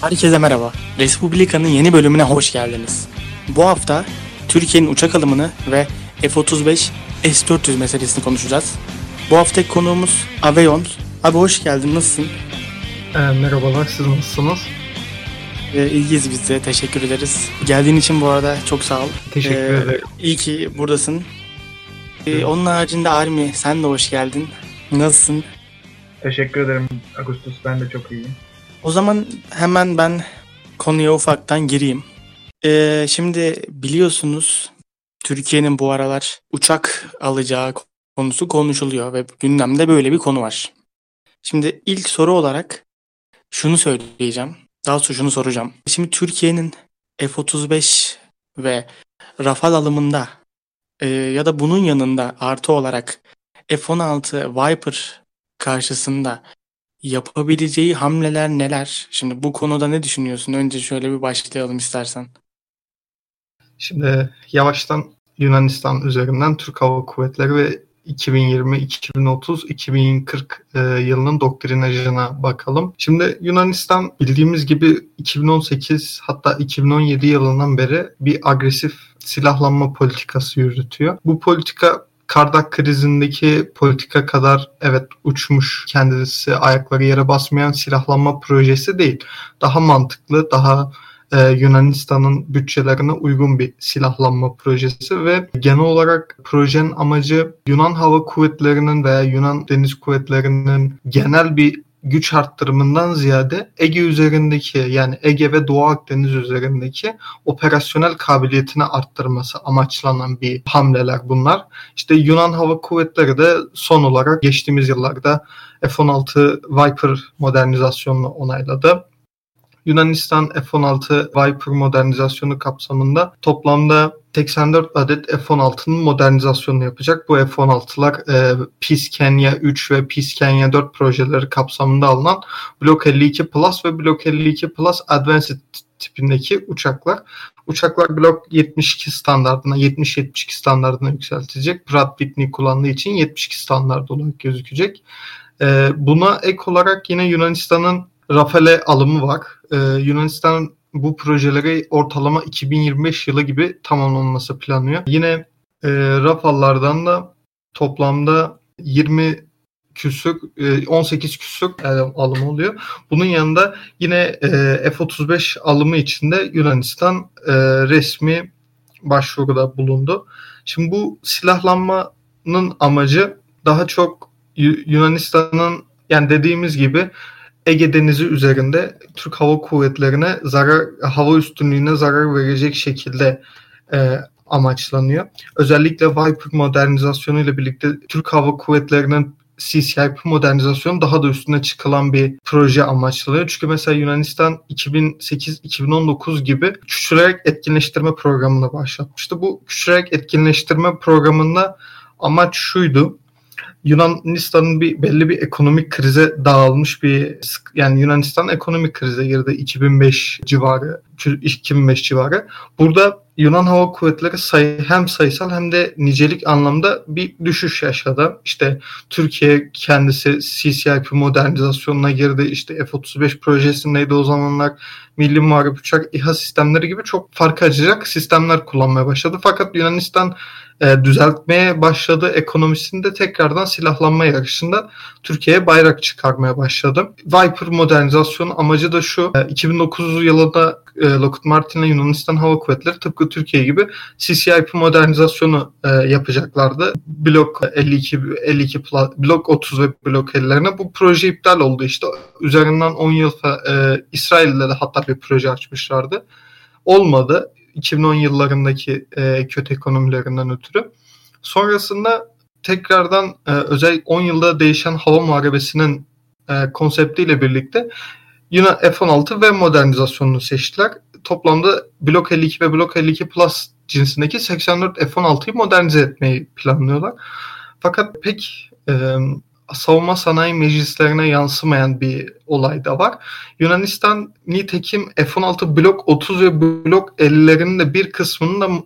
Herkese merhaba. Respublika'nın yeni bölümüne hoş geldiniz. Bu hafta Türkiye'nin uçak alımını ve F-35, S-400 meselesini konuşacağız. Bu haftaki konuğumuz Aveyon. Abi hoş geldin, nasılsın? Merhabalar, siz nasılsınız? İyiyiz biz de, teşekkür ederiz. Geldiğin için bu arada çok sağ ol. Teşekkür ederim. İyi ki buradasın. Onun haricinde Armi, sen de hoş geldin. Nasılsın? Teşekkür ederim Agustus, ben de çok iyiyim. O zaman hemen ben konuya ufaktan gireyim. Şimdi biliyorsunuz Türkiye'nin bu aralar uçak alacağı konusu konuşuluyor ve gündemde böyle bir konu var. Şimdi ilk soru olarak şunu söyleyeceğim. Daha sonra şunu soracağım. Şimdi Türkiye'nin F-35 ve Rafale alımında ya da bunun yanında artı olarak F-16 Viper karşısında yapabileceği hamleler neler? Şimdi bu konuda ne düşünüyorsun? Önce şöyle bir başlayalım istersen. Şimdi yavaştan Yunanistan üzerinden Türk Hava Kuvvetleri ve 2020, 2030, 2040 yılının doktrinajına bakalım. Şimdi Yunanistan bildiğimiz gibi 2018 hatta 2017 yılından beri bir agresif silahlanma politikası yürütüyor. Bu politika Kardak krizindeki politika kadar evet uçmuş, kendisi ayakları yere basmayan silahlanma projesi değil. Daha mantıklı, daha Yunanistan'ın bütçelerine uygun bir silahlanma projesi ve genel olarak projenin amacı Yunan Hava Kuvvetleri'nin veya Yunan Deniz Kuvvetleri'nin genel bir güç arttırımından ziyade Ege üzerindeki, yani Ege ve Doğu Akdeniz üzerindeki operasyonel kabiliyetini arttırması amaçlanan bir hamleler bunlar. İşte Yunan Hava Kuvvetleri de son olarak geçtiğimiz yıllarda F-16 Viper modernizasyonunu onayladı. Yunanistan F-16 Viper modernizasyonu kapsamında toplamda 84 adet F-16'nın modernizasyonunu yapacak. Bu F-16'lar Peace Kenya 3 ve Peace Kenya 4 projeleri kapsamında alınan Block 52 Plus ve Block 52 Plus Advanced tipindeki uçaklar. Uçaklar Block 72 standardına, 70-72 standardına yükseltilecek. Pratt Whitney kullandığı için 72 standart olarak gözükecek. Buna ek olarak yine Yunanistan'ın Rafale alımı var. Yunanistan bu projeleri ortalama 2025 yılı gibi tamamlanması planlıyor. Yine Rafale'lardan da toplamda 18 küsur alımı oluyor. Bunun yanında yine F-35 alımı için de Yunanistan resmi başvuruda bulundu. Şimdi bu silahlanmanın amacı daha çok Yunanistan'ın, yani dediğimiz gibi Ege Denizi üzerinde Türk Hava Kuvvetleri'ne hava üstünlüğüne zarar verecek şekilde amaçlanıyor. Özellikle Viper modernizasyonu ile birlikte Türk Hava Kuvvetleri'nin CCIP modernizasyonu daha da üstüne çıkılan bir proje amaçlanıyor. Çünkü mesela Yunanistan 2008-2019 gibi küçülerek etkinleştirme programını başlatmıştı. Bu küçülerek etkinleştirme programında amaç şuydu: Yunanistan'ın belli bir ekonomik krize dağılmış yani Yunanistan ekonomik krize girdi 2005 civarı. Burada Yunan Hava Kuvvetleri hem sayısal hem de nicelik anlamda bir düşüş yaşadı. İşte Türkiye kendisi CCIP modernizasyonuna girdi. İşte F-35 projesindeydi o zamanlar. Milli Muharip Uçak, İHA sistemleri gibi çok fark açacak sistemler kullanmaya başladı. Fakat Yunanistan düzeltmeye başladı ekonomisinde, tekrardan silahlanma yarışında Türkiye'ye bayrak çıkarmaya başladı. Viper modernizasyonu amacı da şu: 2009 yılında Lockheed Martin ile Yunanistan Hava Kuvvetleri tıpkı Türkiye gibi CCIP modernizasyonu yapacaklardı. Blok 52 Plus, Blok 30 ve Blok 50'lerine. Bu proje iptal oldu işte. Üzerinden 10 yıl İsrail'le de hatta bir proje açmışlardı. Olmadı. 2010 yıllarındaki kötü ekonomilerinden ötürü. Sonrasında tekrardan özellikle 10 yılda değişen hava muharebesinin konseptiyle birlikte yine F-16 ve modernizasyonunu seçtiler. Toplamda Blok 52 ve Blok 52 Plus cinsindeki 84 F-16'yı modernize etmeyi planlıyorlar. Fakat pek savunma sanayi meclislerine yansımayan bir olay da var. Yunanistan nitekim F-16 Blok 30 ve Blok 50'lerin de bir kısmının da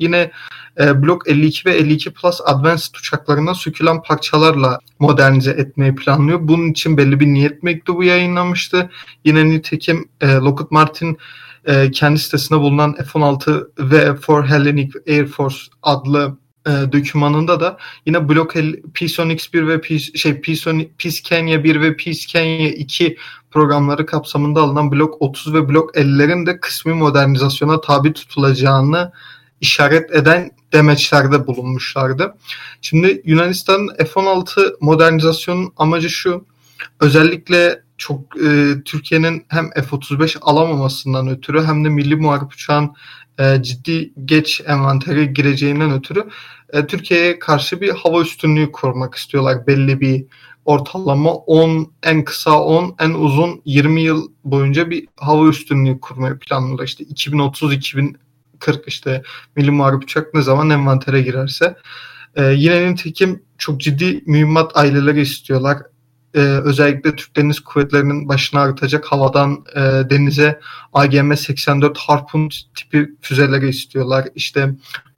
yine Block 52 ve 52 Plus Advanced uçaklarına sökülen parçalarla modernize etmeyi planlıyor. Bunun için belli bir niyet mektubu yayınlamıştı. Yine nitekim Lockheed Martin kendi sitesinde bulunan F-16 ve For Hellenic Air Force adlı dokümanında da yine Block Peace X1 ve Peace Kenya 1 ve Peace Kenya 2 programları kapsamında alınan Blok 30 ve Blok 50'lerin de kısmi modernizasyona tabi tutulacağını işaret eden demeçlerde bulunmuşlardı. Şimdi Yunanistan'ın F-16 modernizasyonun amacı şu: özellikle çok Türkiye'nin hem F-35 alamamasından ötürü hem de milli muharip uçağın ciddi geç envantere gireceğinden ötürü Türkiye'ye karşı bir hava üstünlüğü kurmak istiyorlar. Belli bir ortalama 10, en kısa 10, en uzun 20 yıl boyunca bir hava üstünlüğü kurmayı planlıyorlar. İşte 2030-2040 işte milli muharip uçak ne zaman envantere girerse. Yine nitekim çok ciddi mühimmat aileleri istiyorlar. Özellikle Türk Deniz Kuvvetleri'nin başına artacak havadan denize AGM-84 Harpoon tipi füzeleri istiyorlar. İşte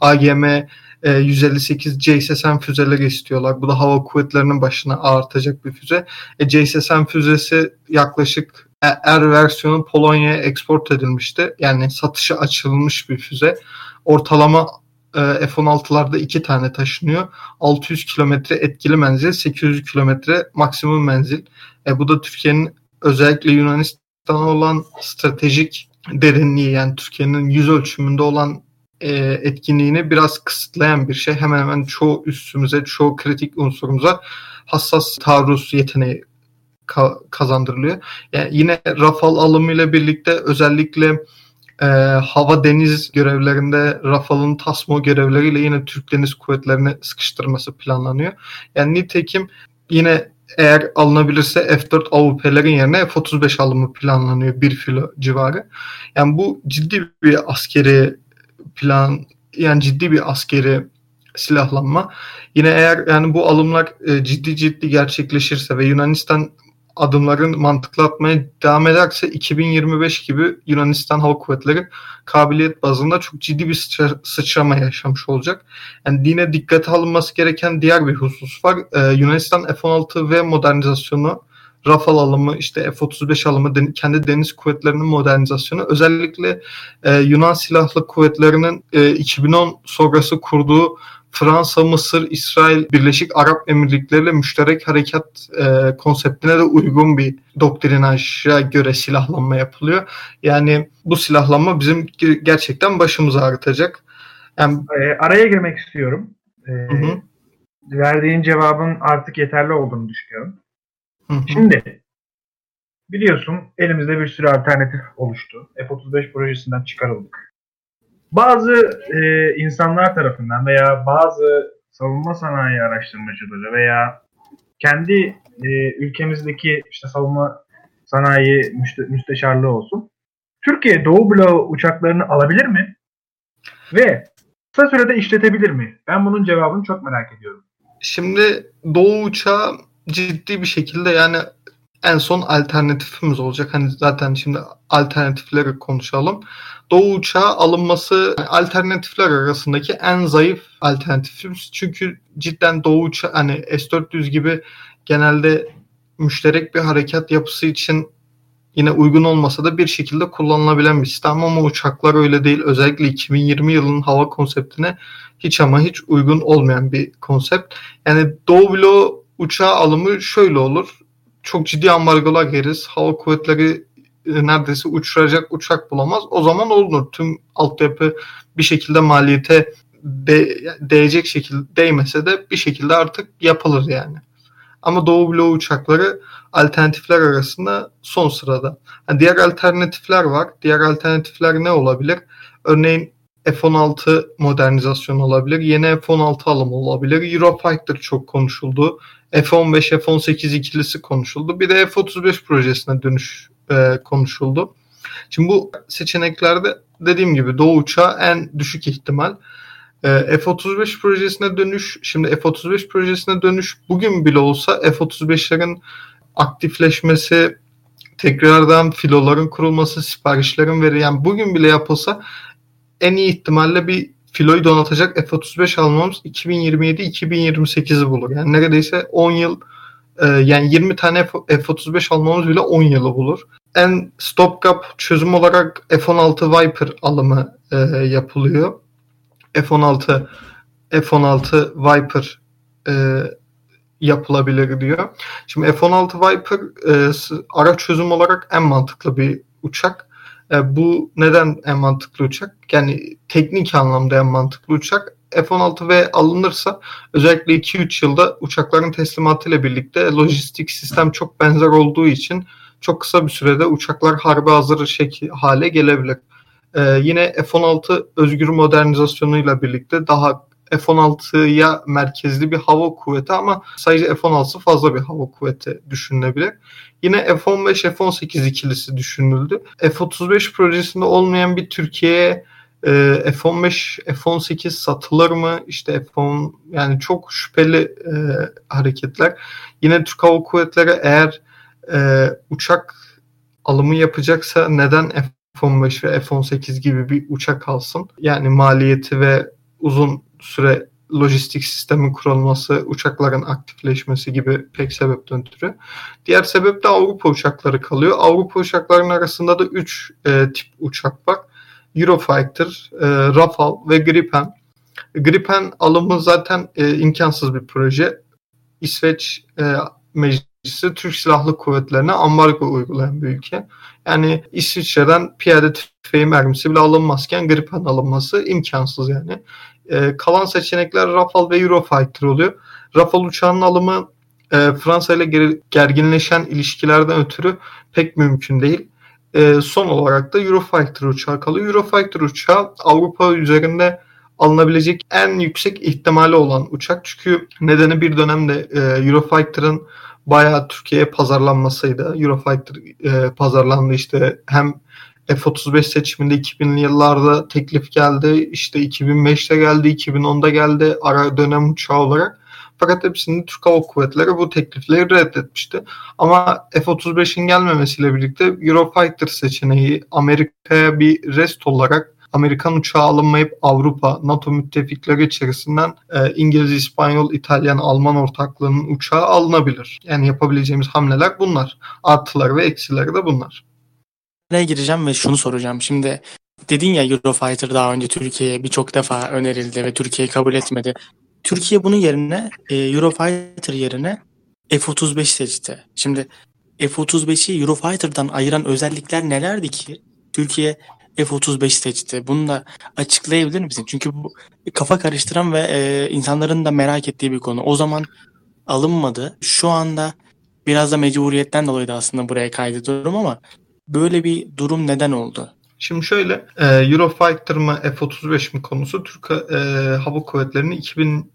AGM-158 JSSN füzeleri istiyorlar. Bu da hava kuvvetlerinin başına artacak bir füze. JSSN füzesi yaklaşık R versiyonu Polonya'ya export edilmişti. Yani satışa açılmış bir füze. Ortalama F-16'larda 2 tane taşınıyor. 600 kilometre etkili menzil, 800 kilometre maksimum menzil. Bu da Türkiye'nin özellikle Yunanistan'a olan stratejik derinliği, yani Türkiye'nin yüz ölçümünde olan etkinliğini biraz kısıtlayan bir şey. Hemen hemen çoğu üssümüze, çoğu kritik unsurumuza hassas taarruz yeteneği kazandırılıyor. Yani yine Rafale alımıyla birlikte özellikle hava deniz görevlerinde Rafale'ın TASMO görevleriyle yine Türk Deniz Kuvvetleri'ni sıkıştırması planlanıyor. Yani nitekim yine eğer alınabilirse F-4 AWP'lerin yerine F-35 alımı planlanıyor, 1 filo civarı. Yani bu ciddi bir askeri plan, yani ciddi bir askeri silahlanma. Yine eğer yani bu alımlar ciddi gerçekleşirse ve Yunanistan adımların mantıklı atmaya devam ederse 2025 gibi Yunanistan Hava Kuvvetleri kabiliyet bazında çok ciddi bir sıçrama yaşamış olacak. Yani yine dikkate alınması gereken diğer bir husus var. Yunanistan F-16 ve modernizasyonu, Rafale alımı, işte F-35 alımı, kendi deniz kuvvetlerinin modernizasyonu, özellikle Yunan Silahlı Kuvvetleri'nin 2010 sonrası kurduğu Fransa, Mısır, İsrail, Birleşik Arap Emirlikleri ile müşterek harekat konseptine de uygun bir doktrinaja göre silahlanma yapılıyor. Yani bu silahlanma bizim gerçekten başımızı ağrıtacak. Yani, araya girmek istiyorum. Verdiğin cevabın artık yeterli olduğunu düşünüyorum. Şimdi biliyorsun elimizde bir sürü alternatif oluştu. F-35 projesinden çıkarıldık. Bazı insanlar tarafından veya bazı savunma sanayi araştırmacıları veya kendi ülkemizdeki işte savunma sanayi müsteşarlığı olsun, Türkiye Doğu Bloğu uçaklarını alabilir mi? Ve kısa sürede işletebilir mi? Ben bunun cevabını çok merak ediyorum. Şimdi Doğu uçağı ciddi bir şekilde, yani en son alternatifimiz olacak. Hani zaten şimdi alternatifleri konuşalım. Doğu uçağı alınması alternatifler arasındaki en zayıf alternatifimiz. Çünkü cidden Doğu uçağı, hani S-400 gibi genelde müşterek bir harekat yapısı için yine uygun olmasa da bir şekilde kullanılabilen bir sistem, ama uçaklar öyle değil. Özellikle 2020 yılının hava konseptine hiç ama hiç uygun olmayan bir konsept. Yani Doğu Bloğu uçağı alımı şöyle olur: çok ciddi ambargolar yeriz. Hava kuvvetleri neredeyse uçuracak uçak bulamaz. O zaman olunur. Tüm altyapı bir şekilde maliyete değecek şekilde, değmese de bir şekilde artık yapılır yani. Ama Doğu Bloğu uçakları alternatifler arasında son sırada. Yani diğer alternatifler var. Diğer alternatifler ne olabilir? Örneğin F-16 modernizasyonu olabilir. Yeni F-16 alımı olabilir. Eurofighter çok konuşuldu. F-15, F-18 ikilisi konuşuldu. Bir de F-35 projesine dönüş konuşuldu. Şimdi bu seçeneklerde dediğim gibi Doğu uçağı en düşük ihtimal. F-35 projesine dönüş, şimdi F-35 projesine dönüş bugün bile olsa F-35'lerin aktifleşmesi, tekrardan filoların kurulması, siparişlerin yani bugün bile yapılsa en iyi ihtimalle bir filoyu donatacak F-35 almamız 2027-2028'i bulur. Yani neredeyse 10 yıl, yani 20 tane F-35 almamız bile 10 yılı bulur. En stopgap çözüm olarak F-16 Viper alımı yapılıyor. F-16 Viper yapılabilir diyor. Şimdi F-16 Viper araç çözüm olarak en mantıklı bir uçak. Bu neden en mantıklı uçak? Yani teknik anlamda en mantıklı uçak. F-16V alınırsa özellikle 2-3 yılda uçakların teslimatıyla birlikte lojistik sistem çok benzer olduğu için çok kısa bir sürede uçaklar harbe hazır hale gelebilir. Yine F-16 özgür modernizasyonuyla birlikte daha F-16'ya merkezli bir hava kuvveti ama sadece F-16 fazla bir hava kuvveti düşünülebilir. Yine F-15, F-18 ikilisi düşünüldü. F-35 projesinde olmayan bir Türkiye'ye F-15, F-18 satılır mı? İşte F-10, yani çok şüpheli hareketler. Yine Türk Hava Kuvvetleri eğer uçak alımı yapacaksa neden F-15 ve F-18 gibi bir uçak alsın? Yani maliyeti ve uzun süre lojistik sistemin kurulması, uçakların aktifleşmesi gibi pek sebepten ötürü. Diğer sebep de Avrupa uçakları kalıyor. Avrupa uçaklarının arasında da 3 tip uçak var. Eurofighter, Rafale ve Gripen. Gripen alımı zaten imkansız bir proje. İsveç Meclisi Türk Silahlı Kuvvetlerine ambargo uygulayan bir ülke. Yani İsviçre'den piyade tüfeği mermisi bile alınmazken Gripen alınması imkansız yani. Kalan seçenekler Rafale ve Eurofighter oluyor. Rafale uçağının alımı Fransa ile gerginleşen ilişkilerden ötürü pek mümkün değil. Son olarak da Eurofighter uçağı kalıyor. Eurofighter uçağı Avrupa üzerinde alınabilecek en yüksek ihtimali olan uçak. Çünkü nedeni bir dönemde Eurofighter'ın bayağı Türkiye'ye pazarlanmasıydı. Eurofighter pazarlandı, işte hem F-35 seçiminde 2000'li yıllarda teklif geldi. İşte 2005'te geldi, 2010'da geldi ara dönem uçağı olarak. Fakat hepsinde Türk Hava Kuvvetleri bu teklifleri reddetmişti. Ama F-35'in gelmemesiyle birlikte Eurofighter seçeneği Amerika'ya bir rest olarak Amerikan uçağı alınmayıp Avrupa, NATO müttefikleri içerisinden İngiliz, İspanyol, İtalyan, Alman ortaklığının uçağı alınabilir. Yani yapabileceğimiz hamleler bunlar. Artıları ve eksileri de bunlar. Nereye gireceğim ve şunu soracağım. Şimdi dedin ya, Eurofighter daha önce Türkiye'ye birçok defa önerildi ve Türkiye kabul etmedi. Türkiye bunun yerine Eurofighter yerine F-35 seçti. Şimdi F-35'i Eurofighter'dan ayıran özellikler nelerdi ki Türkiye F-35 seçti? Bunu da açıklayabilir misin? Çünkü bu kafa karıştıran ve insanların da merak ettiği bir konu. O zaman alınmadı. Şu anda biraz da mecburiyetten dolayı da aslında buraya kaydediyorum ama böyle bir durum neden oldu? Şimdi şöyle, Eurofighter mı F-35 mi konusu Türk Hava Kuvvetleri'nin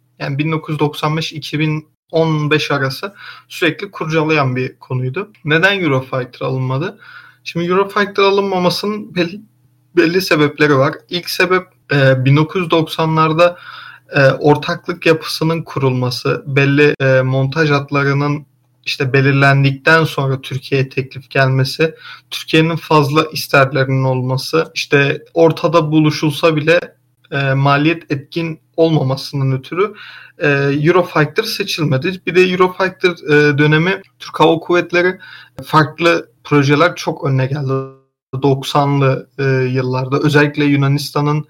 1995-2015 arası sürekli kurcalayan bir konuydu. Neden Eurofighter alınmadı? Şimdi Eurofighter alınmamasının belli sebepleri var. İlk sebep 1990'larda ortaklık yapısının kurulması, belli montaj hatlarının işte belirlendikten sonra Türkiye'ye teklif gelmesi, Türkiye'nin fazla isterlerinin olması, işte ortada buluşulsa bile maliyet etkin olmamasının ötürü Eurofighter seçilmedi. Bir de Eurofighter dönemi Türk Hava Kuvvetleri farklı projeler çok önüne geldi. 90'lı yıllarda özellikle Yunanistan'ın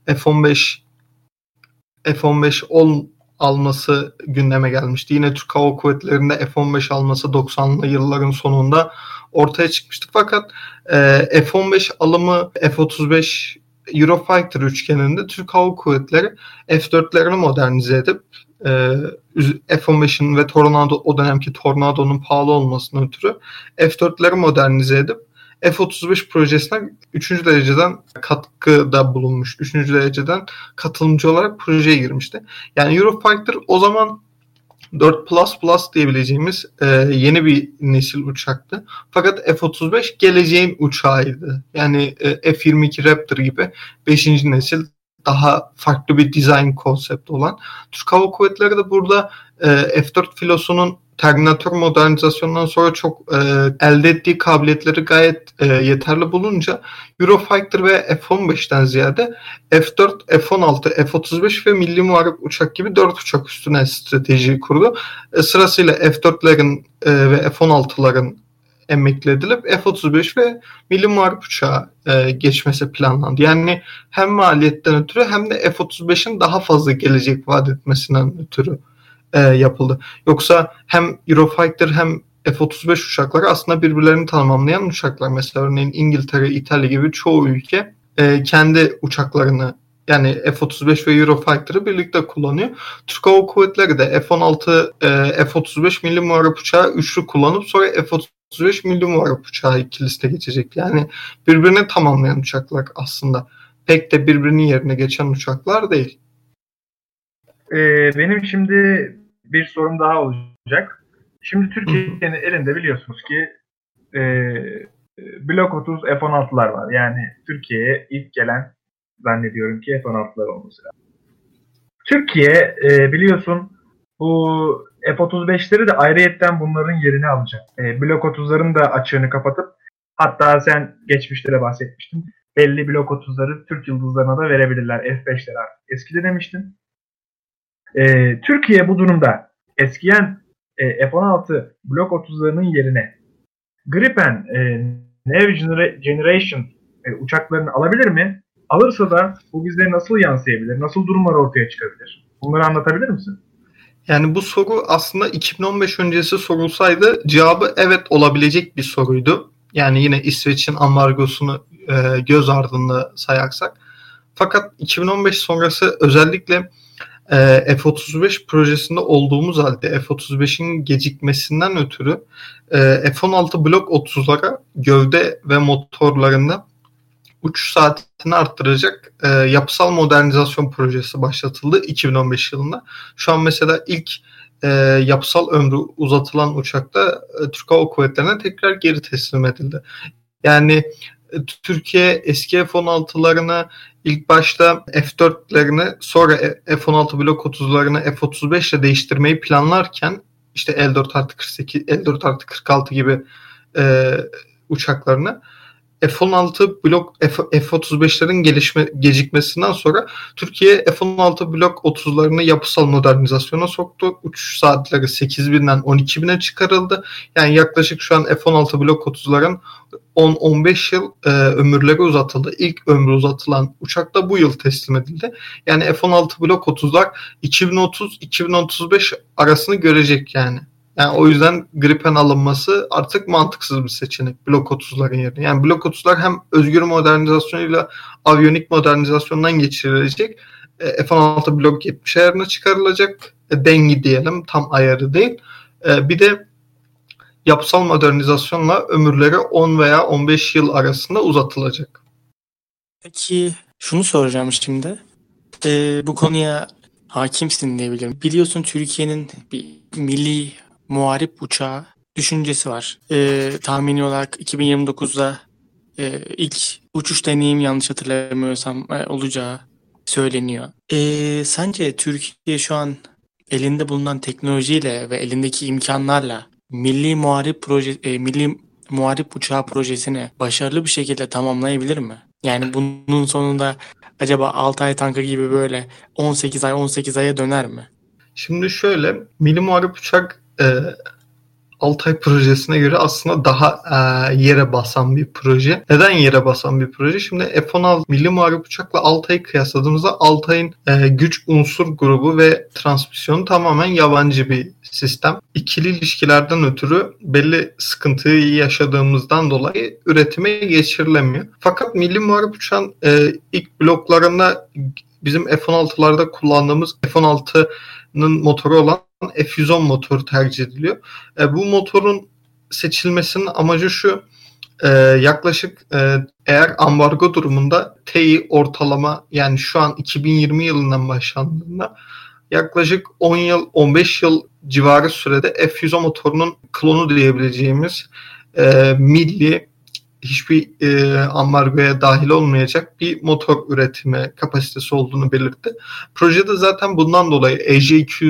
F-15 alması gündeme gelmişti. Yine Türk Hava Kuvvetleri'nde F-15 alması 90'lı yılların sonunda ortaya çıkmıştı. Fakat F-15 alımı, F-35 Eurofighter üçgeninde Türk Hava Kuvvetleri F-4'lerini modernize edip F-15'in ve Tornado, o dönemki Tornado'nun pahalı olmasından ötürü F-4'leri modernize edip F-35 projesine 3. dereceden katkıda bulunmuş. 3. dereceden katılımcı olarak projeye girmişti. Yani Eurofighter o zaman 4++ diyebileceğimiz yeni bir nesil uçaktı. Fakat F-35 geleceğin uçağıydı. Yani F-22 Raptor gibi 5. nesil daha farklı bir design konsept olan. Türk Hava Kuvvetleri de burada F-4 filosunun Terminator modernizasyonundan sonra çok elde ettiği kabiliyetleri gayet yeterli bulunca Eurofighter ve F-15'ten ziyade F-4, F-16, F-35 ve Milli Muharip Uçak gibi 4 uçak üstüne stratejiyi kurdu. Sırasıyla F-4'lerin ve F-16'ların emekli edilip F-35 ve Milli Muharip Uçağı geçmesi planlandı. Yani hem maliyetten ötürü hem de F-35'in daha fazla gelecek vaat etmesinden ötürü yapıldı. Yoksa hem Eurofighter hem F-35 uçakları aslında birbirlerini tamamlayan uçaklar. Mesela örneğin İngiltere, İtalya gibi çoğu ülke kendi uçaklarını yani F-35 ve Eurofighter'ı birlikte kullanıyor. Türk Hava Kuvvetleri de F-16, F-35 Milli Muharip Uçağı üçlü kullanıp sonra F-35 Milli Muharip Uçağı ikilisi de geçecek. Yani birbirini tamamlayan uçaklar aslında. Pek de birbirinin yerine geçen uçaklar değil. Benim şimdi bir sorum daha olacak. Şimdi Türkiye'nin elinde biliyorsunuz ki Blok 30 F-16'lar var. Yani Türkiye'ye ilk gelen zannediyorum ki F-16'lar olması lazım. Türkiye biliyorsun bu F-35'leri de ayrıyetten bunların yerini alacak. Blok 30'ların da açığını kapatıp hatta sen geçmişte de bahsetmiştin. Belli Blok 30'ları Türk yıldızlarına da verebilirler. F-5'ler artık eskidi demiştin. Türkiye bu durumda eskiyen F-16 Blok 30'larının yerine Gripen New Generation uçaklarını alabilir mi? Alırsa da bu bizlere nasıl yansıyabilir? Nasıl durumlar ortaya çıkabilir? Bunları anlatabilir misin? Yani bu soru aslında 2015 öncesi sorulsaydı cevabı evet olabilecek bir soruydu. Yani yine İsveç'in ambargosunu göz ardında sayarsak. Fakat 2015 sonrası özellikle F-35 projesinde olduğumuz halde F-35'in gecikmesinden ötürü F-16 Blok 30'lara gövde ve motorlarında uçuş saatini arttıracak yapısal modernizasyon projesi başlatıldı 2015 yılında. Şu an mesela ilk yapısal ömrü uzatılan uçakta Türk Hava Kuvvetleri'ne tekrar geri teslim edildi. Yani Türkiye eski F-16'larını ilk başta F-4'lerini sonra F-16 Blok 30'larını F-35 ile değiştirmeyi planlarken işte L4+48, L4+46 gibi uçaklarını F-16 blok F-35'lerin gecikmesinden sonra Türkiye F-16 blok 30'larını yapısal modernizasyona soktu. Uçuş saatleri 8.000'den 12.000'e çıkarıldı. Yani yaklaşık şu an F-16 blok 30'ların 10-15 yıl ömürleri uzatıldı. İlk ömrü uzatılan uçak da bu yıl teslim edildi. Yani F-16 blok 30'lar 2030-2035 arasını görecek yani. Yani o yüzden Gripen alınması artık mantıksız bir seçenek Blok 30'ların yerine. Yani Blok 30'lar hem özgür modernizasyonuyla aviyonik modernizasyondan geçirilecek. F-16 Blok 70 ayarına çıkarılacak. Dengi diyelim, tam ayarı değil. Bir de yapısal modernizasyonla ömürleri 10 veya 15 yıl arasında uzatılacak. Peki şunu soracağım şimdi. Bu konuya hakimsin diyebilirim. Biliyorsun Türkiye'nin bir milli muharip uçağı düşüncesi var. Tahmini olarak 2029'da ilk uçuş deneyimi yanlış hatırlamıyorsam olacağı söyleniyor. Sence Türkiye şu an elinde bulunan teknolojiyle ve elindeki imkanlarla milli muharip uçağı projesini başarılı bir şekilde tamamlayabilir mi? Yani bunun sonunda acaba Altay tankı gibi böyle 18 aya döner mi? Şimdi şöyle, Milli Muharip Uçak Altay projesine göre aslında daha yere basan bir proje. Neden yere basan bir proje? Şimdi F-16 Milli Muharip Uçak'la Altay'ı kıyasladığımızda Altay'ın güç unsur grubu ve transmisyonu tamamen yabancı bir sistem. İkili ilişkilerden ötürü belli sıkıntıyı yaşadığımızdan dolayı üretime geçirilemiyor. Fakat Milli Muharip Uçak'ın ilk bloklarında bizim F-16'larda kullandığımız F-16'nın motoru olan F-110 motoru tercih ediliyor. Bu motorun seçilmesinin amacı şu: yaklaşık eğer ambargo durumunda TEİ ortalama, yani şu an 2020 yılından başlandığında yaklaşık 10 yıl 15 yıl civarı sürede F-110 motorunun klonu diyebileceğimiz milli, hiçbir ambargoya dahil olmayacak bir motor üretimi kapasitesi olduğunu belirtti. Projede zaten bundan dolayı EJ200'den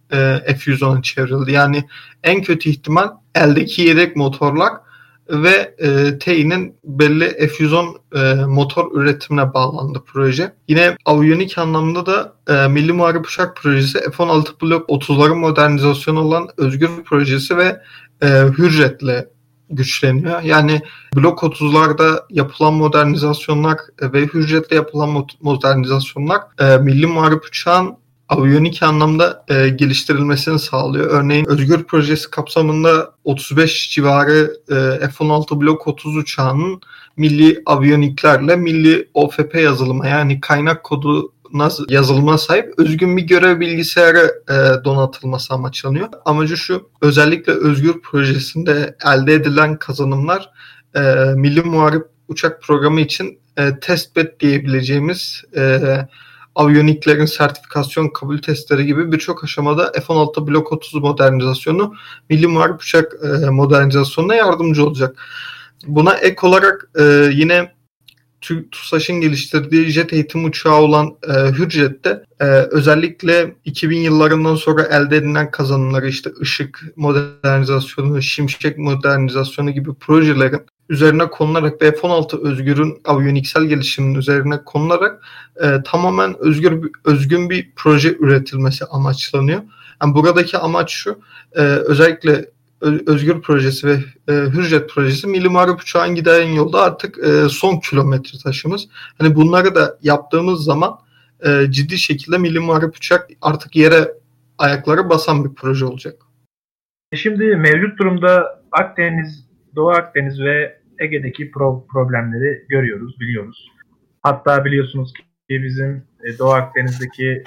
F-110'a çevrildi. Yani en kötü ihtimal eldeki yedek motorlar ve TEİ'nin belli F-110 motor üretimine bağlandı proje. Yine aviyonik anlamda da Milli Muharip Uçak Projesi, F-16 Blok 30'ların modernizasyonu olan Özgür Projesi ve Hürjet'le güçleniyor. Yani Blok 30'larda yapılan modernizasyonlar ve Hürjet'le yapılan modernizasyonlar Milli Muharip Uçağın aviyonik anlamda geliştirilmesini sağlıyor. Örneğin Özgür Projesi kapsamında 35 civarı F-16 Blok 30 uçağının milli aviyoniklerle milli OFP yazılıma, yani kaynak kodu yazılıma sahip özgün bir görev bilgisayarı donatılması amaçlanıyor. Amacı şu: özellikle Özgür Projesi'nde elde edilen kazanımlar Milli Muharip Uçak Programı için testbed diyebileceğimiz aviyoniklerin sertifikasyon kabul testleri gibi birçok aşamada F-16 Blok 30 modernizasyonu Milli Muharip Uçak modernizasyonuna yardımcı olacak. Buna ek olarak yine TUSAŞ'ın geliştirdiği jet eğitim uçağı olan Hürjet'te özellikle 2000 yıllarından sonra elde edilen kazanımları, işte Işık modernizasyonu, Şimşek modernizasyonu gibi projelerin üzerine konularak ve F-16 Özgür'ün aviyoniksel gelişiminin üzerine konularak tamamen özgün bir proje üretilmesi amaçlanıyor. Yani buradaki amaç şu: özellikle Özgür Projesi ve Hürjet Projesi Milli Muharip Uçağın giden yolda artık son kilometre taşımız. Hani bunları da yaptığımız zaman ciddi şekilde Milli Muharip Uçak artık yere ayakları basan bir proje olacak. Şimdi mevcut durumda Akdeniz, Doğu Akdeniz ve Ege'deki problemleri görüyoruz, biliyoruz. Hatta biliyorsunuz ki bizim Doğu Akdeniz'deki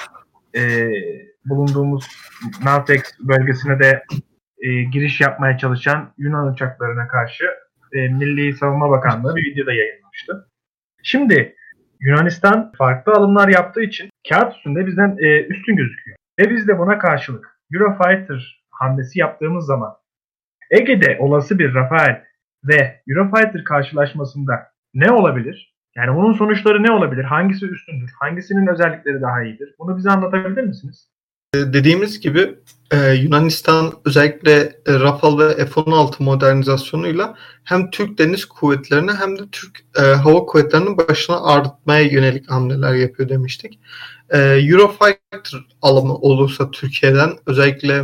bulunduğumuz Navtex bölgesine de giriş yapmaya çalışan Yunan uçaklarına karşı Milli Savunma Bakanlığı bir video da yayınlamıştı. Şimdi Yunanistan farklı alımlar yaptığı için kağıt üstünde bizden üstün gözüküyor. Ve biz de buna karşılık Eurofighter hamlesi yaptığımız zaman Ege'de olası bir Rafael ve Eurofighter karşılaşmasında ne olabilir? Yani bunun sonuçları ne olabilir? Hangisi üstündür? Hangisinin özellikleri daha iyidir? Bunu bize anlatabilir misiniz? Dediğimiz gibi Yunanistan özellikle Rafale ve F-16 modernizasyonuyla hem Türk Deniz Kuvvetleri'ne hem de Türk Hava Kuvvetleri'nin başına ağrıtmaya yönelik hamleler yapıyor demiştik. Eurofighter alımı olursa Türkiye'den, özellikle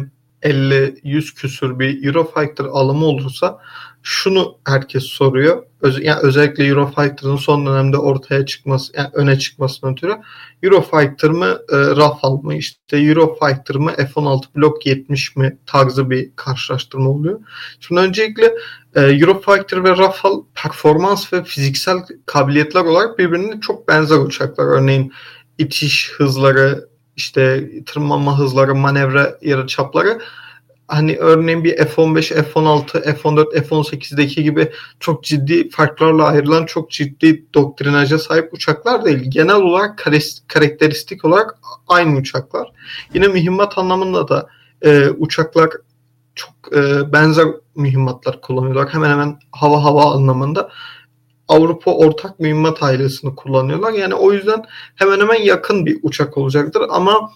50-100 küsur bir Eurofighter alımı olursa şunu herkes soruyor. Yani özellikle Eurofighter'ın son dönemde ortaya çıkması, yani öne çıkmasından ötürü Eurofighter mı Rafale mı, işte Eurofighter mı F-16 Blok 70 mi tarzı bir karşılaştırma oluyor. Şimdi öncelikle Eurofighter ve Rafale performans ve fiziksel kabiliyetler olarak birbirine çok benzer uçaklar. Örneğin itiş hızları, işte tırmanma hızları, manevra yarıçapları, hani örneğin bir F-15, F-16, F-14, F-18'deki gibi çok ciddi farklarla ayrılan çok ciddi doktrinaja sahip uçaklar değil. Genel olarak karakteristik olarak aynı uçaklar. Yine mühimmat anlamında da uçaklar çok benzer mühimmatlar kullanıyorlar. Hemen hemen hava anlamında Avrupa ortak mühimmat ailesini kullanıyorlar. Yani o yüzden hemen hemen yakın bir uçak olacaktır. Ama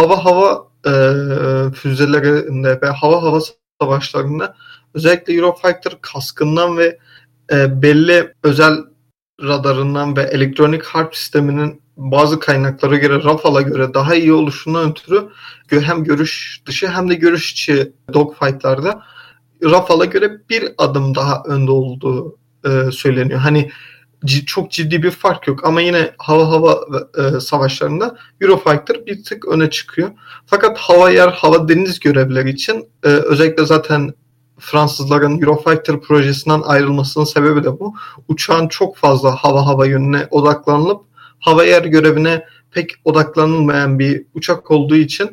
hava füzelerinde ve hava savaşlarında özellikle Eurofighter kaskından ve belli özel radarından ve elektronik harp sisteminin bazı kaynaklara göre Rafale'a göre daha iyi oluşundan ötürü hem görüş dışı hem de görüş içi dogfight'larda Rafale'a göre bir adım daha önde olduğu söyleniyor. Hani çok ciddi bir fark yok ama yine hava savaşlarında Eurofighter bir tık öne çıkıyor. Fakat hava yer, hava deniz görevleri için özellikle zaten Fransızların Eurofighter projesinden ayrılmasının sebebi de bu. Uçağın çok fazla hava yönüne odaklanılıp hava yer görevine pek odaklanılmayan bir uçak olduğu için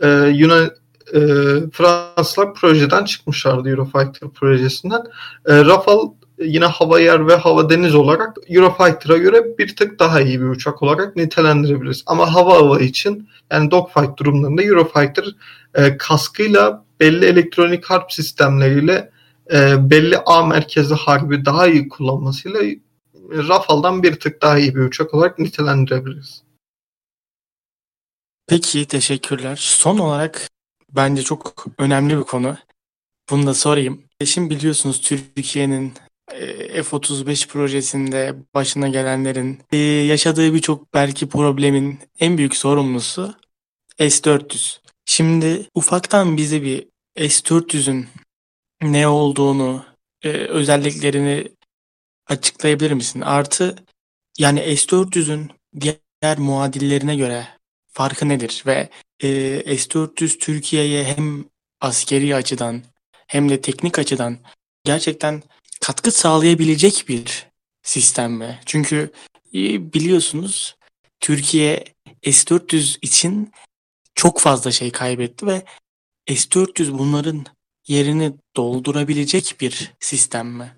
Fransızlar projeden çıkmışlardı, Eurofighter projesinden. Rafale yine hava yer ve hava deniz olarak Eurofighter'a göre bir tık daha iyi bir uçak olarak nitelendirebiliriz. Ama hava için, yani dogfight durumlarında Eurofighter kaskıyla, belli elektronik harp sistemleriyle, belli A merkezli harbi daha iyi kullanmasıyla Rafale'dan bir tık daha iyi bir uçak olarak nitelendirebiliriz. Peki, teşekkürler. Son olarak Bence çok önemli bir konu. Bunu da sorayım. Şimdi biliyorsunuz Türkiye'nin F-35 projesinde başına gelenlerin yaşadığı birçok belki problemin en büyük sorumlusu S-400. Şimdi ufaktan bize bir S-400'ün ne olduğunu, özelliklerini açıklayabilir misin? Artı yani S-400'ün diğer muadillerine göre farkı nedir? Ve S-400 Türkiye'ye hem askeri açıdan hem de teknik açıdan gerçekten katkı sağlayabilecek bir sistem mi? Çünkü biliyorsunuz Türkiye S-400 için çok fazla şey kaybetti ve S-400 bunların yerini doldurabilecek bir sistem mi?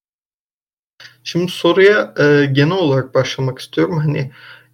Şimdi soruya genel olarak başlamak istiyorum. Hani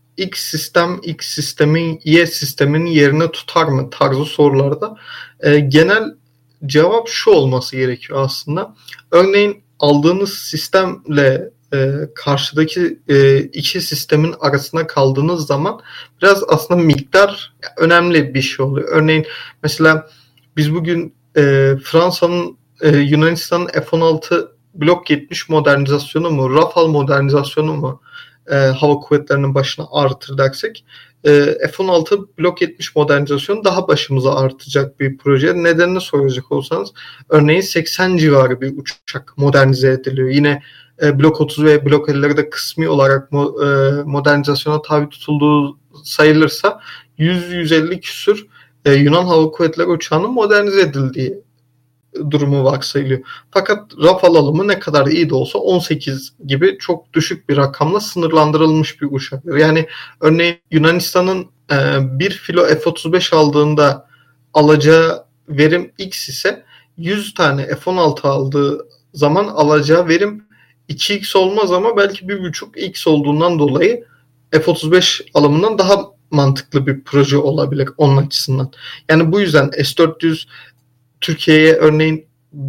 X sistemin Y sisteminin yerine tutar mı tarzı sorularda genel cevap şu olması gerekiyor aslında. Örneğin aldığınız sistemle karşıdaki iki sistemin arasında kaldığınız zaman biraz aslında miktar önemli bir şey oluyor. Örneğin mesela biz bugün Fransa'nın Yunanistan'ın F-16 Blok 70 modernizasyonu mu, Rafale modernizasyonu mu hava kuvvetlerinin başına artır dersek F-16 Blok 70 modernizasyonu daha başımıza artacak bir proje. Nedenini soracak olsanız örneğin 80 civarı bir uçak modernize ediliyor. Yine Blok 30 ve Blok 50'leri de kısmi olarak modernizasyona tabi tutulduğu sayılırsa 100-150 küsür Yunan Hava Kuvvetleri uçağının modernize edildiği durumu varsayılıyor. Fakat Rafale alımı ne kadar iyi de olsa 18 gibi çok düşük bir rakamla sınırlandırılmış bir uçaktır. Yani örneğin Yunanistan'ın bir filo F-35 aldığında alacağı verim X ise 100 tane F-16 aldığı zaman alacağı verim 2X olmaz ama belki 1,5X olduğundan dolayı F-35 alımından daha mantıklı bir proje olabilir onun açısından. Yani bu yüzden S-400 Türkiye'ye örneğin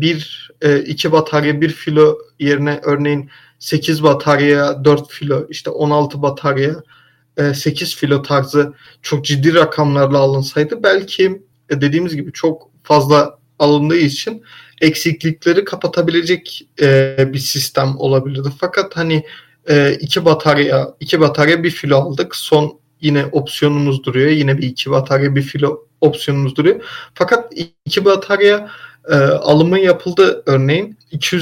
2 batarya 1 filo yerine örneğin 8 batarya 4 filo, işte 16 batarya 8 filo tarzı çok ciddi rakamlarla alınsaydı belki dediğimiz gibi çok fazla alındığı için eksiklikleri kapatabilecek bir sistem olabilirdi. Fakat hani 2 batarya 1 filo aldık. Son yine opsiyonumuz duruyor. Yine bir 2 batarya 1 filo opsiyonumuz duruyor. Fakat 2 batarya alımı yapıldı örneğin.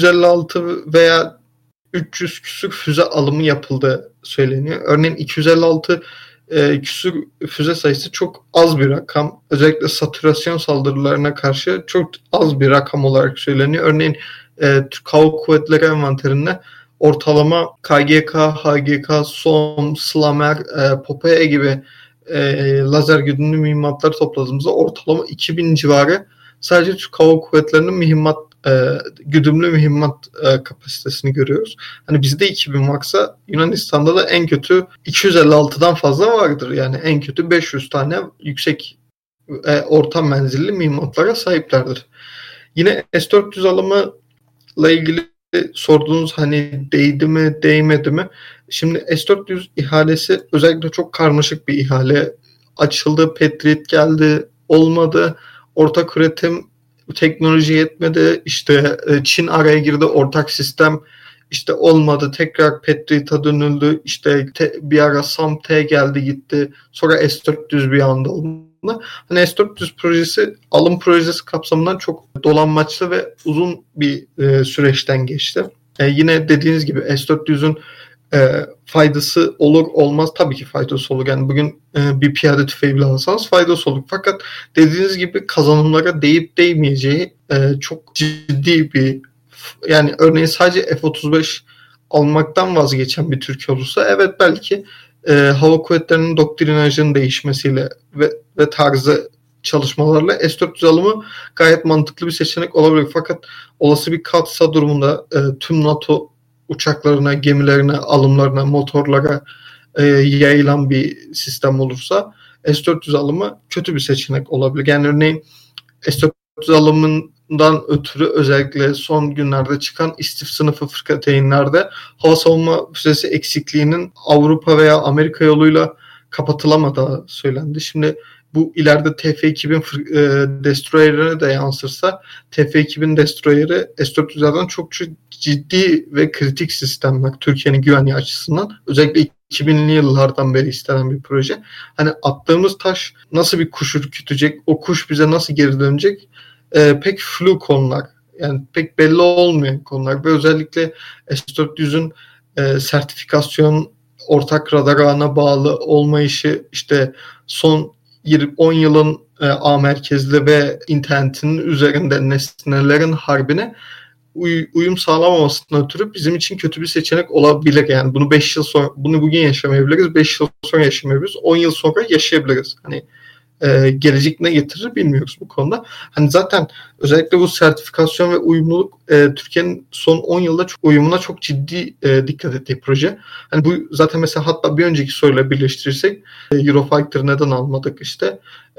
256 veya 300 küsür füze alımı yapıldı söyleniyor. Örneğin 256 küsür füze sayısı çok az bir rakam. Özellikle satürasyon saldırılarına karşı çok az bir rakam olarak söyleniyor. Örneğin Türk Hava Kuvvetleri envanterinde ortalama KGK, HGK, SOM, Slamer, Popeye gibi lazer güdümlü mühimmatları topladığımızda ortalama 2000 civarı sadece Türk Hava Kuvvetleri'nin güdümlü mühimmat kapasitesini görüyoruz. Hani bizde 2000 varsa Yunanistan'da da en kötü 256'dan fazla vardır. Yani en kötü 500 tane yüksek orta menzilli mühimmatlara sahiplerdir. Yine S-400 alımıyla ilgili sorduğunuz hani değdi mi değmedi mi? Şimdi S-400 ihalesi özellikle çok karmaşık bir ihale. Açıldı, Patriot geldi, olmadı. Ortak üretim teknoloji yetmedi. İşte Çin araya girdi, ortak sistem işte olmadı. Tekrar Patriot'a dönüldü. İşte bir ara SAM-T geldi gitti. Sonra S-400 bir anda alındı. Hani S-400 projesi alım projesi kapsamından çok dolanmaçlı ve uzun bir süreçten geçti. Yine dediğiniz gibi S-400'ün faydası olur olmaz, tabii ki faydası olur. Yani bugün bir piyade tüfeği bile alsanız faydası olur. Fakat dediğiniz gibi kazanımlara değip değmeyeceği çok ciddi bir, yani örneğin sadece F-35 almaktan vazgeçen bir Türkiye olursa evet belki hava kuvvetlerinin doktrinajının değişmesiyle ve tarzı çalışmalarla S-400 alımı gayet mantıklı bir seçenek olabilir. Fakat olası bir katsa durumunda tüm NATO uçaklarına, gemilerine, alımlarına, motorlara yayılan bir sistem olursa S-400 alımı kötü bir seçenek olabilir. Yani örneğin S-400 alımından ötürü özellikle son günlerde çıkan istif sınıfı fırkateynlerde hava savunma füzesi eksikliğinin Avrupa veya Amerika yoluyla kapatılamadığı söylendi. Şimdi bu ileride TF-2000 destroyer'ine de yansırsa TF-2000 destroyer'i S-400'lerden çok ciddi ve kritik sistemler Türkiye'nin güvenliği açısından. Özellikle 2000'li yıllardan beri istenen bir proje. Hani attığımız taş nasıl bir kuş ürkütecek, o kuş bize nasıl geri dönecek pek flu konular. Yani pek belli olmayan konular ve özellikle S-400'ün sertifikasyon ortak radar ağına bağlı olmayışı, işte son 10 yılın ağ merkezli ve internetinin üzerinde nesnelerin harbine uyum sağlamamasından ötürü bizim için kötü bir seçenek olabilir. Yani bunu 5 yıl sonra, bunu bugün yaşamayabiliriz, 5 yıl sonra yaşamayabiliriz, 10 yıl sonra yaşayabiliriz. Hani gelecek ne getirir bilmiyoruz bu konuda. Hani zaten özellikle bu sertifikasyon ve uyumluluk Türkiye'nin son 10 yılda uyumuna çok ciddi dikkat ettiği proje. Hani bu zaten mesela hatta bir önceki soruyla birleştirirsek Eurofighter neden almadık işte.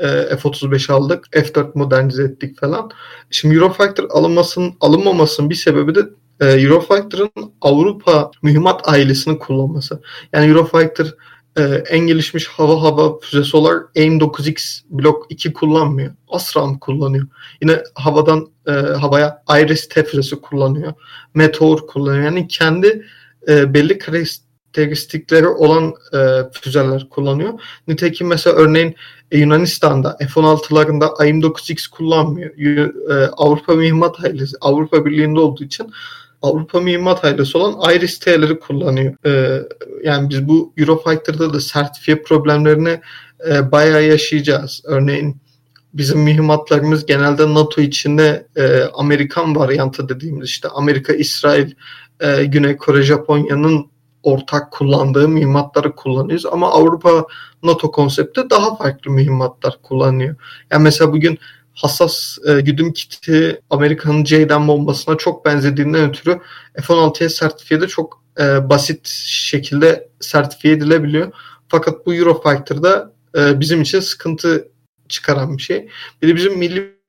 F-35 aldık, F-4 modernize ettik falan. Şimdi Eurofighter alınmamasının bir sebebi de Eurofighter'ın Avrupa mühimmat ailesini kullanması. Yani Eurofighter en gelişmiş hava füzesi olarak AIM-9X Block 2 kullanmıyor. ASRAAM kullanıyor. Yine havadan havaya IRIS-T füzesi kullanıyor. Meteor kullanıyor. Yani kendi belli karakteristikleri olan füzeler kullanıyor. Nitekim mesela örneğin Yunanistan'da F-16'larında AIM-9X kullanmıyor. Avrupa mühimmat ailesi, Avrupa Birliği'nde olduğu için Avrupa mühimmat ailesi olan IRIS-T'leri kullanıyor. Yani biz bu Eurofighter'da da sertifiye problemlerini bayağı yaşayacağız. Örneğin bizim mühimmatlarımız genelde NATO içinde Amerikan varyantı dediğimiz işte Amerika, İsrail, Güney Kore, Japonya'nın ortak kullandığı mühimmatları kullanıyoruz. Ama Avrupa NATO konsepti daha farklı mühimmatlar kullanıyor. Yani mesela bugün hassas güdüm kiti Amerika'nın J-10 bombasına çok benzediğinden ötürü F-16'ya sertifiyede çok basit şekilde sertifiye edilebiliyor. Fakat bu Eurofighter'da bizim için sıkıntı çıkaran bir şey. Bir de bizim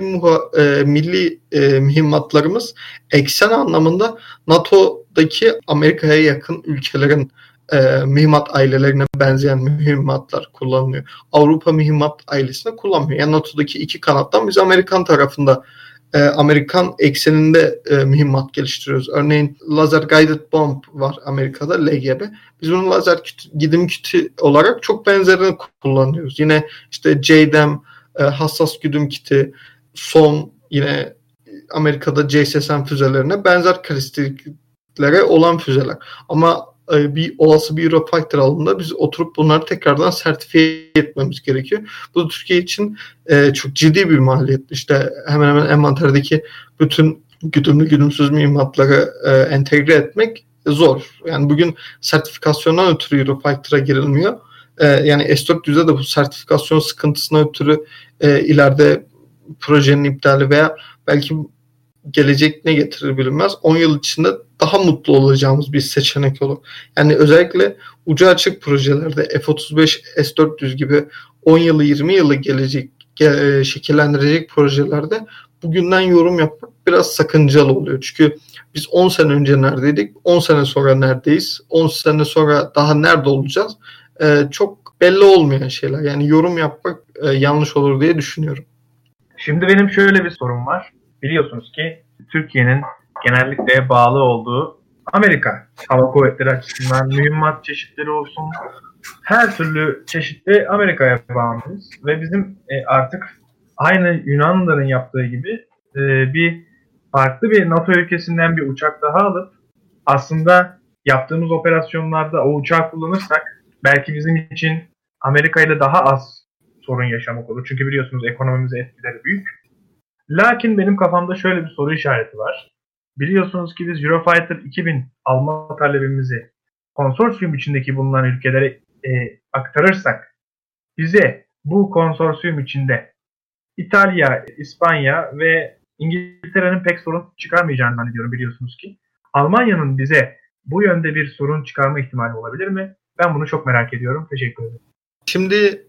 milli mühimmatlarımız eksen anlamında NATO'daki Amerika'ya yakın ülkelerin mühimmat ailelerine benzeyen mühimmatlar kullanılıyor. Avrupa mühimmat ailesine kullanmıyor. Yani NATO'daki iki kanattan biz Amerikan tarafında Amerikan ekseninde mühimmat geliştiriyoruz. Örneğin Laser Guided Bomb var Amerika'da, LGB. Biz bunu lazer gidim kiti olarak çok benzerini kullanıyoruz. Yine işte JDAM, hassas güdüm kiti, SOM, yine Amerika'da JSSN füzelerine benzer karakteristiklere olan füzeler. Ama bir olası bir Eurofighter alımında biz oturup bunları tekrardan sertifiye etmemiz gerekiyor. Bu da Türkiye için çok ciddi bir maliyet. İşte hemen hemen envanterdeki bütün güdümlü güdümsüz mühimmatları entegre etmek zor. Yani bugün sertifikasyondan ötürü Eurofighter'a girilmiyor. Yani S-400'de de bu sertifikasyon sıkıntısına ötürü ileride projenin iptali veya belki gelecek ne getirir bilinmez 10 yıl içinde daha mutlu olacağımız bir seçenek olur. Yani özellikle ucu açık projelerde F-35, S-400 gibi 10 yılı 20 yılı şekillendirecek projelerde bugünden yorum yapmak biraz sakıncalı oluyor. Çünkü biz 10 sene önce neredeydik, 10 sene sonra neredeyiz, 10 sene sonra daha nerede olacağız? Çok belli olmayan şeyler. Yani yorum yapmak yanlış olur diye düşünüyorum. Şimdi benim şöyle bir sorum var. Biliyorsunuz ki Türkiye'nin genellikle bağlı olduğu Amerika Hava Kuvvetleri açısından mühimmat çeşitleri olsun, her türlü çeşitte Amerika'ya bağımlıyız. Ve bizim artık aynı Yunanlıların yaptığı gibi bir farklı bir NATO ülkesinden bir uçak daha alıp aslında yaptığımız operasyonlarda o uçağı kullanırsak belki bizim için Amerika ile daha az sorun yaşamak olur. Çünkü biliyorsunuz ekonomimize etkileri büyük. Lakin benim kafamda şöyle bir soru işareti var. Biliyorsunuz ki biz Eurofighter 2000 alma talebimizi konsorsiyum içindeki bulunan ülkelere aktarırsak bize bu konsorsiyum içinde İtalya, İspanya ve İngiltere'nin pek sorun çıkarmayacağını zannediyorum biliyorsunuz ki. Almanya'nın bize bu yönde bir sorun çıkarma ihtimali olabilir mi? Ben bunu çok merak ediyorum. Teşekkür ederim. Şimdi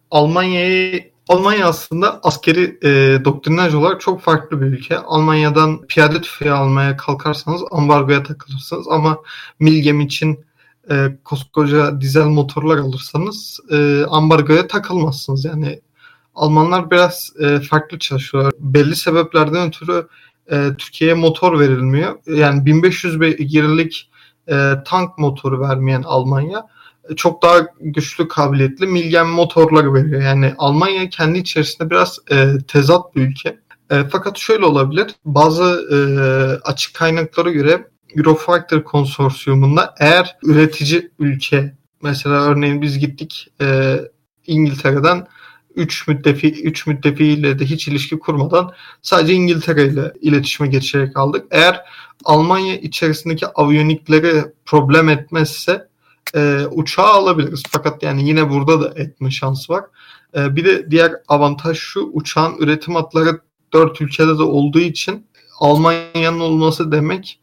Almanya aslında askeri doktrinaj olarak çok farklı bir ülke. Almanya'dan piyade tüfeği almaya kalkarsanız ambargoya takılırsınız ama Milgem için koskoca dizel motorlar alırsanız ambargoya takılmazsınız. Yani Almanlar biraz farklı çalışıyorlar. Belli sebeplerden ötürü Türkiye'ye motor verilmiyor. Yani 1500 beygirlik tank motoru vermeyen Almanya çok daha güçlü kabiliyetli Milgem motorları veriyor. Yani Almanya kendi içerisinde biraz tezat bir ülke. Fakat şöyle olabilir. Bazı açık kaynaklara göre Eurofighter konsorsiyumunda eğer üretici ülke, mesela örneğin biz gittik İngiltere'den 3 müttefiğiyle de hiç ilişki kurmadan sadece İngiltere ile iletişime geçerek aldık. Eğer Almanya içerisindeki aviyonikleri problem etmezse uçağı alabiliriz. Fakat yani yine burada da etme şansı var. Bir de diğer avantaj şu, uçağın üretim hatları 4 ülkede de olduğu için Almanya'nın olması demek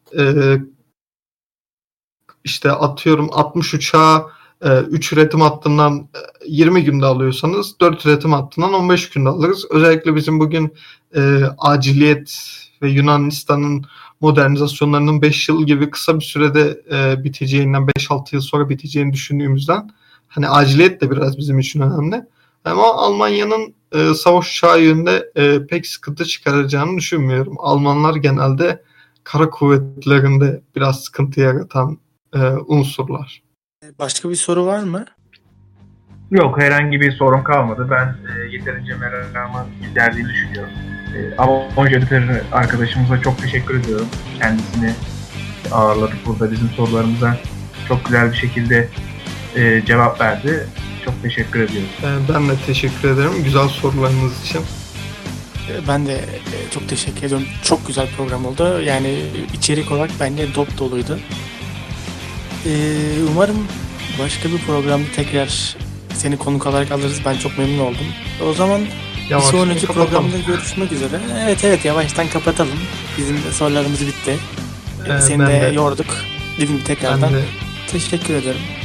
işte atıyorum 60 uçağı 3 üretim hattından 20 günde alıyorsanız 4 üretim hattından 15 günde alırız. Özellikle bizim bugün aciliyet ve Yunanistan'ın modernizasyonlarının 5 yıl gibi kısa bir sürede biteceğinden, 5-6 yıl sonra biteceğini düşündüğümüzden hani aciliyet de biraz bizim için önemli. Ama Almanya'nın savaş uçağı yönünde pek sıkıntı çıkaracağını düşünmüyorum. Almanlar genelde kara kuvvetlerinde biraz sıkıntı yaratan unsurlar. Başka bir soru var mı? Yok, herhangi bir sorun kalmadı. Ben yeterince merakımı giderdiğini düşünüyorum. Avon Jöniter arkadaşımıza çok teşekkür ediyorum. Kendisini ağırladık burada, bizim sorularımıza çok güzel bir şekilde cevap verdi. Çok teşekkür ediyorum. Ben de teşekkür ederim güzel sorularınız için. Ben de çok teşekkür ediyorum. Çok güzel program oldu. Yani içerik olarak bence dop doluydu. Umarım başka bir programda tekrar seni konuk olarak alırız. Ben çok memnun oldum. O zaman bir sonraki programda görüşmek üzere. Evet yavaştan kapatalım. Bizim de sorularımız bitti. Seni de yorduk. Dediğim gibi tekrardan teşekkür ederim.